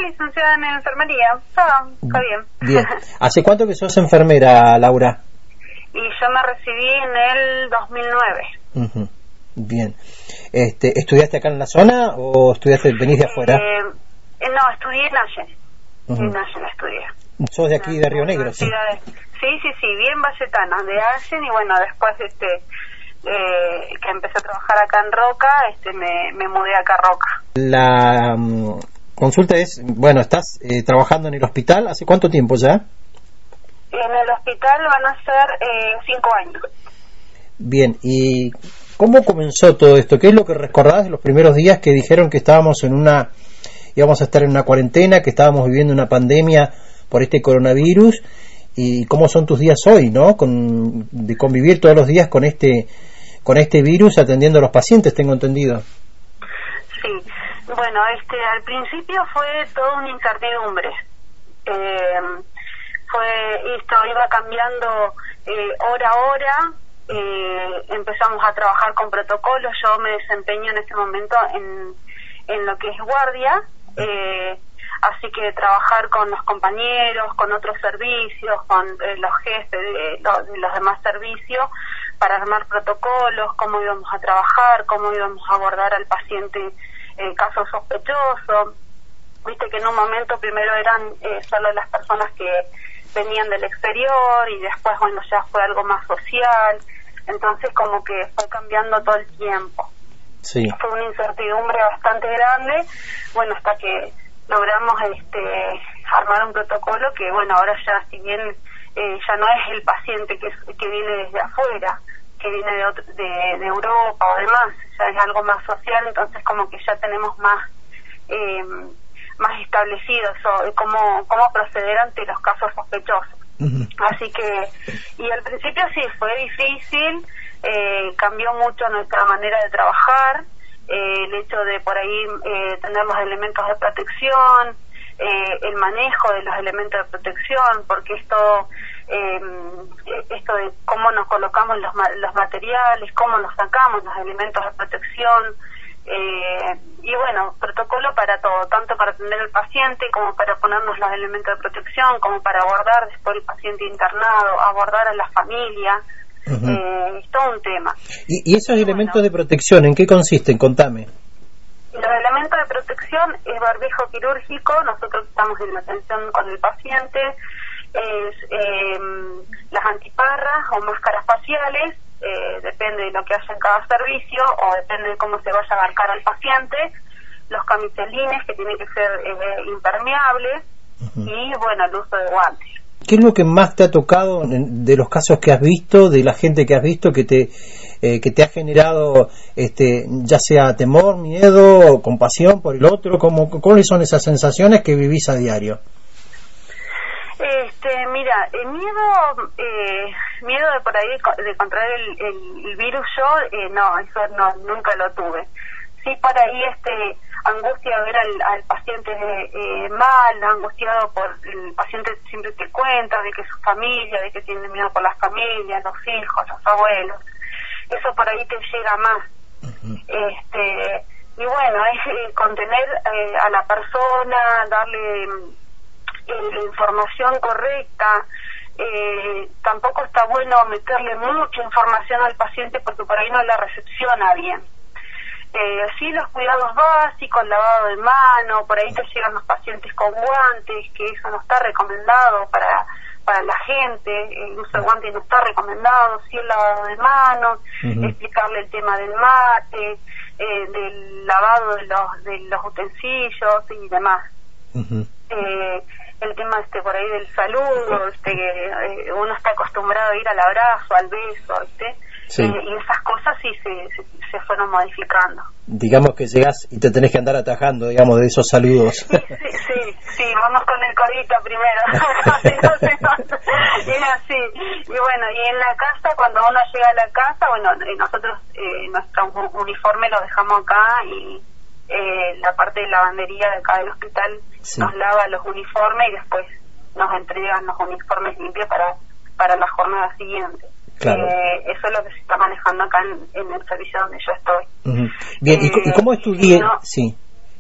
licenciada en enfermería. Está bien. Bien. ¿Hace cuánto que sos enfermera, Laura? Y yo me recibí en el 2009. Uh-huh. Bien. ¿Estudiaste acá en la zona o venís de afuera? No, estudié en Allen. Uh-huh. En Allen estudié. ¿Sos de aquí, de Río Negro? Sí, bien valletana, de Allen, y bueno, después que empecé a trabajar acá en Roca, me mudé acá a Roca. La consulta es, bueno, estás trabajando en el hospital, ¿hace cuánto tiempo ya? En el hospital van a ser 5 años. Bien, ¿y cómo comenzó todo esto? ¿Qué es lo que recordás de los primeros días que dijeron que íbamos a estar en una cuarentena, que estábamos viviendo una pandemia por este coronavirus? ¿Y cómo son tus días hoy, no? De convivir todos los días con este virus atendiendo a los pacientes, tengo entendido. Sí, bueno, al principio fue toda una incertidumbre. Esto iba cambiando hora a hora. Empezamos a trabajar con protocolos. Yo me desempeño en este momento en lo que es guardia, así que trabajar con los compañeros, con otros servicios, con los jefes de los demás servicios, para armar protocolos, cómo íbamos a trabajar, cómo íbamos a abordar al paciente caso sospechoso. Viste que en un momento primero eran solo las personas que venían del exterior, y después, bueno, ya fue algo más social. Entonces como que fue cambiando todo el tiempo. Sí. Fue una incertidumbre bastante grande, bueno, hasta que logramos armar un protocolo que, bueno, ahora ya, si bien ya no es el paciente que viene desde afuera, que viene de Europa o demás, ya es algo más social. Entonces como que ya tenemos más establecido cómo proceder ante los casos sospechosos. Uh-huh. Así que, y al principio sí, fue difícil, cambió mucho nuestra manera de trabajar, el hecho de por ahí tener los elementos de protección, el manejo de los elementos de protección, porque esto de cómo nos colocamos los materiales, cómo nos sacamos los elementos de protección, y bueno, protocolo para todo, tanto para atender al paciente como para ponernos los elementos de protección, como para abordar después el paciente internado, abordar a la familia. Uh-huh. Es todo un tema. ¿Y esos elementos de protección en qué consisten? Contame. Los elementos de protección es barbijo quirúrgico. Nosotros estamos en la atención con el paciente, es las antiparras o máscaras faciales, depende de lo que haya en cada servicio, o depende de cómo se vaya a abarcar al paciente, los camiselines, que tienen que ser impermeables. Uh-huh. Y bueno, el uso de guantes. ¿Qué es lo que más te ha tocado de los casos que has visto, de la gente que has visto, que te ha generado ya sea temor, miedo o compasión por el otro? ¿Cuáles son esas sensaciones que vivís a diario? Mira, miedo de por ahí de contraer el virus, no, eso no, nunca lo tuve. Sí, por ahí angustia ver al paciente mal, angustiado por el paciente, siempre te cuenta de que su familia, de que tiene miedo por las familias, los hijos, los abuelos. Eso por ahí te llega más. Uh-huh. Y bueno, es contener a la persona, darle la información correcta. Tampoco está bueno meterle mucha información al paciente porque por ahí no la recepciona bien. Sí, los cuidados básicos, lavado de mano, por ahí te llegan los pacientes con guantes, que eso no está recomendado para la gente, el uso de guantes no está recomendado, sí el lavado de manos. Uh-huh. Explicarle el tema del mate, del lavado de los utensilios y demás. Uh-huh. El tema por ahí del saludo, uno está acostumbrado a ir al abrazo, al beso, sí. Y esas cosas sí se fueron modificando. Digamos que llegás y te tenés que andar atajando, digamos, de esos saludos. Sí, vamos con el codito primero. Y así. Y bueno, y en la casa, cuando uno llega a la casa, bueno, nosotros nuestro uniforme lo dejamos acá, y la parte de lavandería de acá del hospital nos lava los uniformes y después nos entregan los uniformes limpios para la jornada siguiente. Claro. Eso es lo que se está manejando acá en el servicio donde yo estoy. Uh-huh. Bien, ¿y cómo es tu día? No, sí.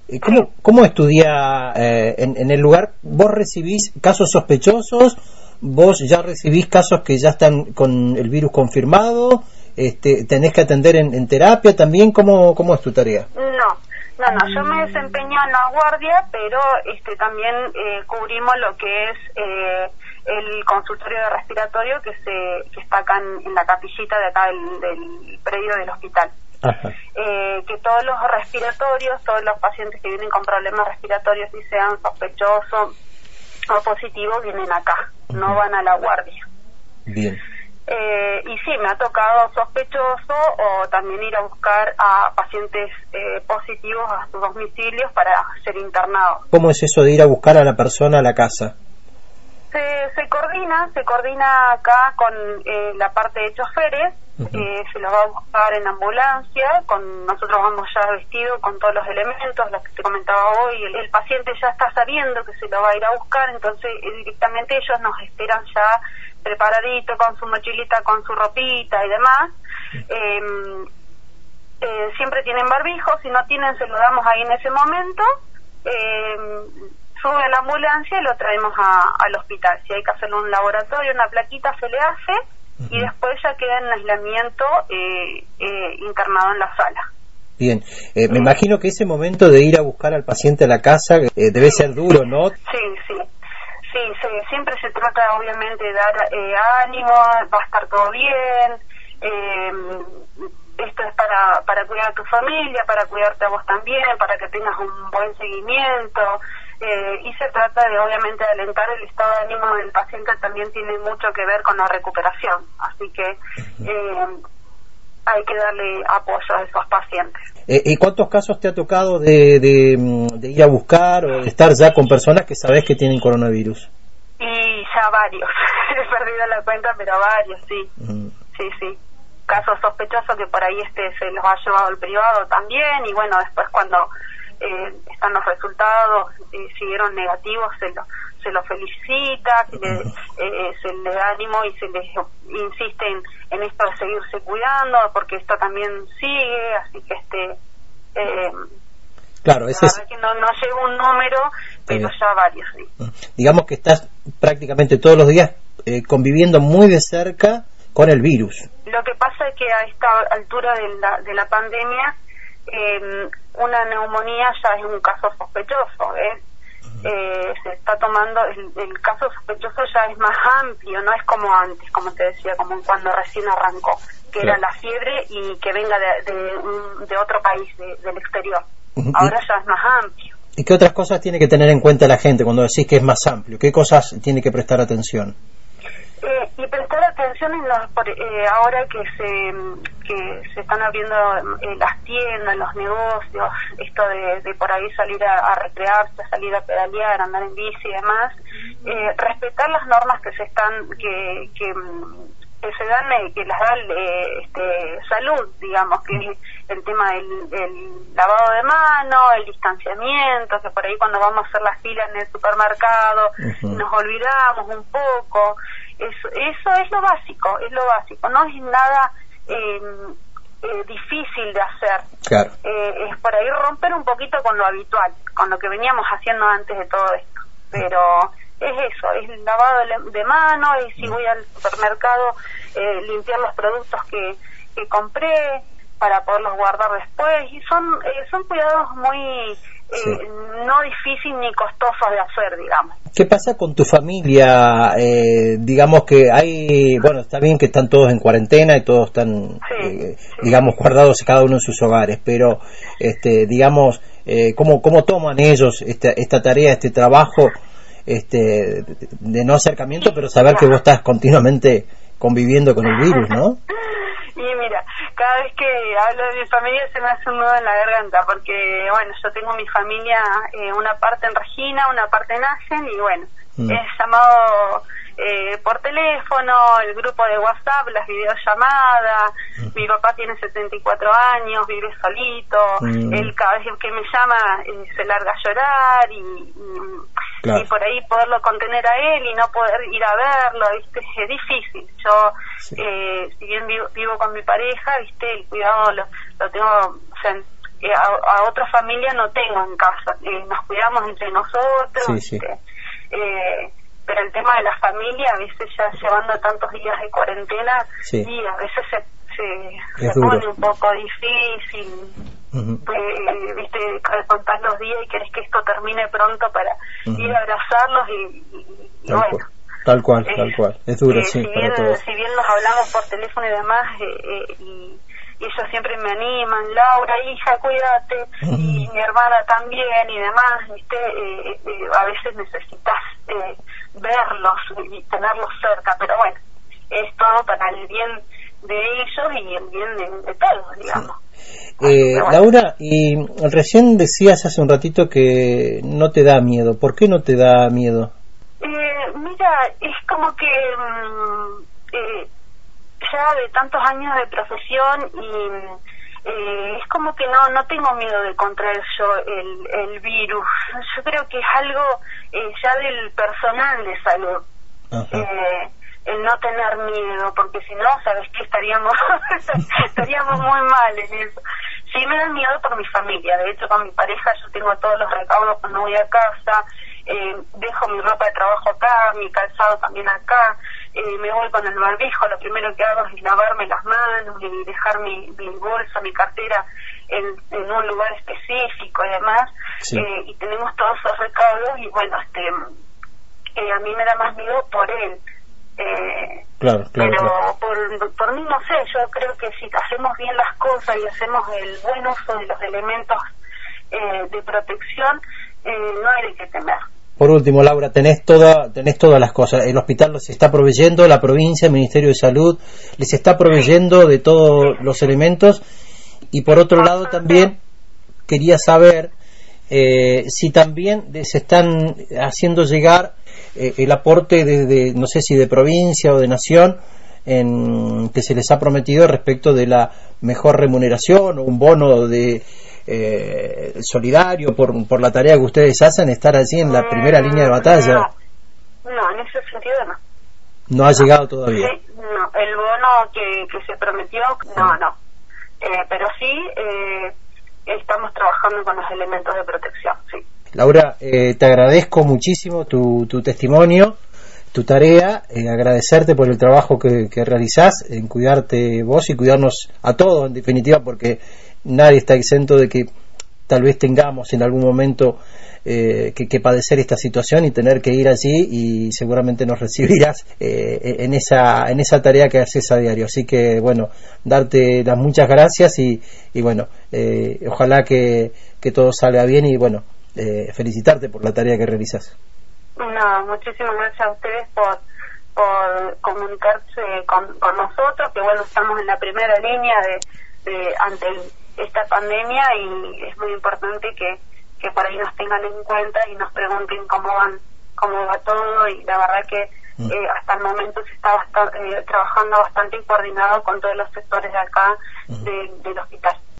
¿Cómo es tu día en el lugar? ¿Vos recibís casos sospechosos? ¿Vos ya recibís casos que ya están con el virus confirmado? ¿Tenés que atender en terapia también? ¿Cómo es tu tarea? No, yo me desempeño en la guardia, pero también cubrimos lo que es el consultorio de respiratorio que está acá en la capillita de acá del predio del hospital. Que todos los respiratorios, todos los pacientes que vienen con problemas respiratorios, si sean sospechosos o positivos, vienen acá, no van a la guardia. Bien. Y sí, me ha tocado sospechoso o también ir a buscar a pacientes positivos a sus domicilios para ser internados. ¿Cómo es eso de ir a buscar a la persona a la casa? Se coordina acá con la parte de choferes. Se los va a buscar en ambulancia, nosotros vamos ya vestidos con todos los elementos, los que te comentaba hoy. El paciente ya está sabiendo que se lo va a ir a buscar, entonces directamente ellos nos esperan ya preparadito con su mochilita, con su ropita y demás. Siempre tienen barbijo, si no tienen se lo damos ahí en ese momento. Sube a la ambulancia y lo traemos al hospital. Si hay que hacerle un laboratorio, una plaquita se le hace y después ya queda en aislamiento internado en la sala. Bien, me imagino que ese momento de ir a buscar al paciente a la casa debe ser duro, ¿no? Sí, siempre se trata obviamente de dar ánimo, va a estar todo bien, esto es para cuidar a tu familia, para cuidarte a vos también, para que tengas un buen seguimiento. Y se trata de obviamente alentar el estado de ánimo del paciente, también tiene mucho que ver con la recuperación, así que hay que darle apoyo a esos pacientes. ¿Y cuántos casos te ha tocado de ir a buscar o de estar ya con personas que sabés que tienen coronavirus? Y ya varios, he perdido la cuenta, pero varios, sí. Sí. Casos sospechosos que por ahí se los ha llevado el privado también, y bueno, después cuando están los resultados, siguieron negativos, se los felicita, se le da ánimo y se les insiste en esto de seguirse cuidando, porque esto también sigue, así que claro, ese es que no llega un número, pero ya varios, sí. Digamos que estás prácticamente todos los días conviviendo muy de cerca con el virus. Lo que pasa es que a esta altura de la pandemia, una neumonía ya es un caso sospechoso, se está tomando, el caso sospechoso ya es más amplio, no es como antes, como te decía, como cuando recién arrancó, que era la fiebre y que venga de otro país, del exterior. Ahora ya es más amplio. ¿Y qué otras cosas tiene que tener en cuenta la gente cuando decís que es más amplio? ¿Qué cosas tiene que prestar atención? Y prestar atención ahora que se están abriendo las tiendas, los negocios, esto de por ahí salir a recrearse, salir a pedalear, andar en bici y demás, respetar las normas que se dan, que las da salud, digamos, que es el tema del lavado de manos, el distanciamiento, que por ahí cuando vamos a hacer las filas en el supermercado nos olvidamos un poco. Eso es lo básico, no es nada difícil de hacer. Claro. Es por ahí romper un poquito con lo habitual, con lo que veníamos haciendo antes de todo esto, pero es eso, es el lavado de manos, y si voy al supermercado, limpiar los productos que compré para poderlos guardar después, y son cuidados muy no difíciles ni costosos de hacer, digamos. ¿Qué pasa con tu familia? Digamos que bueno, está bien que están todos en cuarentena y todos están, digamos, guardados cada uno en sus hogares, pero, digamos, ¿cómo toman ellos esta tarea, este trabajo, de no acercamiento, pero saber que vos estás continuamente conviviendo con el virus, ¿no? Y mira, cada vez que hablo de mi familia se me hace un nudo en la garganta, porque bueno, yo tengo mi familia, una parte en Regina, una parte en Agen, y bueno, es llamado por teléfono, el grupo de WhatsApp, las videollamadas. Mi papá tiene 74 años, vive solito, él cada vez que me llama se larga a llorar, y por ahí poderlo contener a él y no poder ir a verlo, ¿viste? Es difícil. Yo, si bien vivo con mi pareja, ¿viste? El cuidado lo tengo, o sea, a otra familia no tengo en casa. Nos cuidamos entre nosotros. Sí, sí. Pero el tema de la familia, a veces ya llevando tantos días de cuarentena, sí, y a veces se duro. pone un poco difícil. Viste, contás los días y querés que esto termine pronto para ir a abrazarlos y bueno. Tal cual, es duro, sí, si para bien, todos. si bien nos hablamos por teléfono y demás, y ellos siempre me animan, Laura, hija, cuídate, y mi hermana también y demás, ¿viste? A veces necesitas verlos y tenerlos cerca, pero bueno, es todo para el bien de ellos y el bien de todos, digamos. Bueno. Laura, y recién decías hace un ratito que no te da miedo. ¿Por qué no te da miedo? Mira, es como que ya de tantos años de profesión y es como que no tengo miedo de contraer yo el virus. Yo creo que es algo ya del personal de salud. El no tener miedo, porque si no, ¿sabes qué? Estaríamos muy mal en eso. Sí me da miedo por mi familia. De hecho, con mi pareja yo tengo todos los recaudos cuando voy a casa, dejo mi ropa de trabajo acá, mi calzado también acá, me voy con el barbijo, lo primero que hago es lavarme las manos y dejar mi bolsa, mi cartera en un lugar específico y demás. Sí. Y tenemos todos esos recaudos y bueno, a mí me da más miedo por él. Claro. Por mí no sé, yo creo que si hacemos bien las cosas y hacemos el buen uso de los elementos de protección, no hay de qué temer. Por último, Laura, tenés todas las cosas. El hospital los está proveyendo, la provincia, el Ministerio de Salud les está proveyendo de todos los elementos. Y por otro lado también quería saber si también se están haciendo llegar el aporte desde, no sé si de provincia o de nación, que se les ha prometido respecto de la mejor remuneración o un bono de solidario por la tarea que ustedes hacen, estar allí en la primera línea de batalla. No, en ese sentido no. No ha llegado todavía. Sí, no, el bono que se prometió, no. Pero sí estamos trabajando con los elementos de protección, sí. Laura, te agradezco muchísimo tu testimonio, tu tarea, agradecerte por el trabajo que realizás en cuidarte vos y cuidarnos a todos, en definitiva, porque nadie está exento de que tal vez tengamos en algún momento que padecer esta situación y tener que ir allí, y seguramente nos recibirás en esa tarea que haces a diario. Así que bueno, darte las muchas gracias y bueno, ojalá que todo salga bien y bueno, felicitarte por la tarea que realizas. No, muchísimas gracias a ustedes por comunicarse con nosotros, que bueno, estamos en la primera línea ante esta pandemia, y es muy importante que por ahí nos tengan en cuenta y nos pregunten cómo va todo, y la verdad que hasta el momento se está trabajando bastante coordinado con todos los sectores de acá del hospital.